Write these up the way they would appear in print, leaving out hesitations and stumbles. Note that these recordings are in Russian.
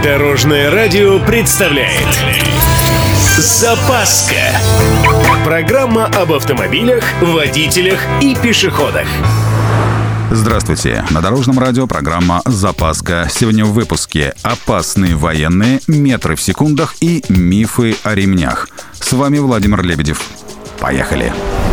Дорожное радио представляет Запаска. Программа об автомобилях, водителях и пешеходах. Здравствуйте. На Дорожном радио программа «Запаска». Сегодня в выпуске опасные военные, метры в секундах и мифы о ремнях. С вами Владимир Лебедев. Поехали.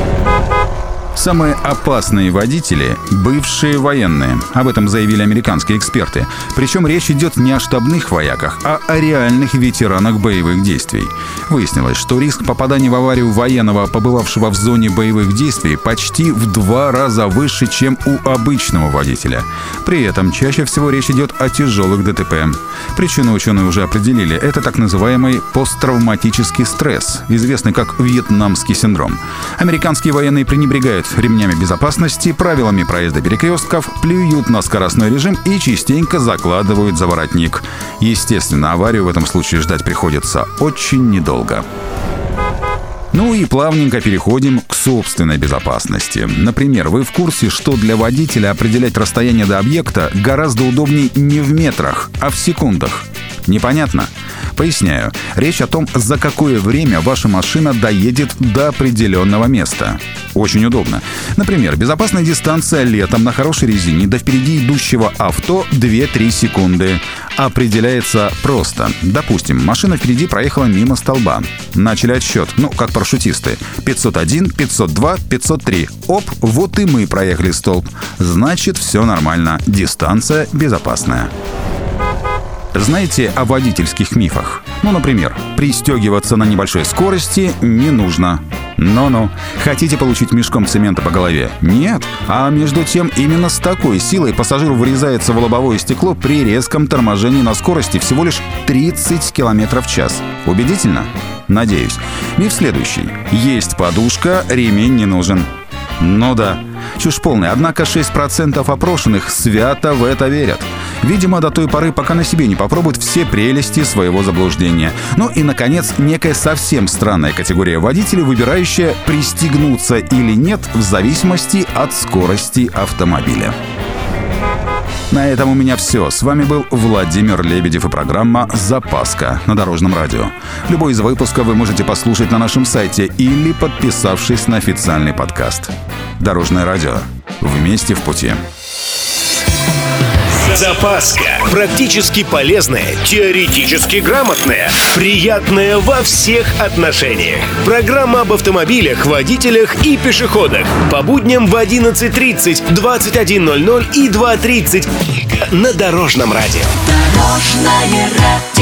Самые опасные водители – бывшие военные. Об этом заявили американские эксперты. Причем речь идет не о штабных вояках, а о реальных ветеранах боевых действий. Выяснилось, что риск попадания в аварию военного, побывавшего в зоне боевых действий, почти в 2 раза выше, чем у обычного водителя. При этом чаще всего речь идет о тяжелых ДТП. Причину ученые уже определили – это так называемый посттравматический стресс, известный как вьетнамский синдром. Американские военные пренебрегают ремнями безопасности, правилами проезда перекрестков, плюют на скоростной режим и частенько закладывают за воротник. Естественно, аварию в этом случае ждать приходится очень недолго. Ну и плавненько переходим к собственной безопасности. Например, вы в курсе, что для водителя определять расстояние до объекта гораздо удобнее не в метрах, а в секундах? Непонятно? Поясняю. Речь о том, за какое время ваша машина доедет до определенного места. Очень удобно. Например, безопасная дистанция летом на хорошей резине до впереди идущего авто 2-3 секунды. Определяется просто. Допустим, машина впереди проехала мимо столба. Начали отсчет, как парашютисты. 501, 502, 503. Оп, вот и мы проехали столб. Значит, все нормально. Дистанция безопасная. Знаете о водительских мифах? Например, пристегиваться на небольшой скорости не нужно. Ну-ну. Хотите получить мешком цемента по голове? Нет. А между тем, именно с такой силой пассажир врезается в лобовое стекло при резком торможении на скорости всего лишь 30 км в час. Убедительно? Надеюсь. Миф следующий. Есть подушка, ремень не нужен. Ну да. Чушь полная, однако 6% опрошенных свято в это верят. Видимо, до той поры, пока на себе не попробуют все прелести своего заблуждения. Ну и, наконец, некая совсем странная категория водителей, выбирающая пристегнуться или нет в зависимости от скорости автомобиля. На этом у меня все. С вами был Владимир Лебедев и программа «Запаска» на Дорожном радио. Любой из выпусков вы можете послушать на нашем сайте или подписавшись на официальный подкаст. Дорожное радио. Вместе в пути. Запаска. Практически полезная, теоретически грамотная, приятная во всех отношениях. Программа об автомобилях, водителях и пешеходах. По будням в 11:30, 21:00 и 2:30 на Дорожном радио. Дорожное радио.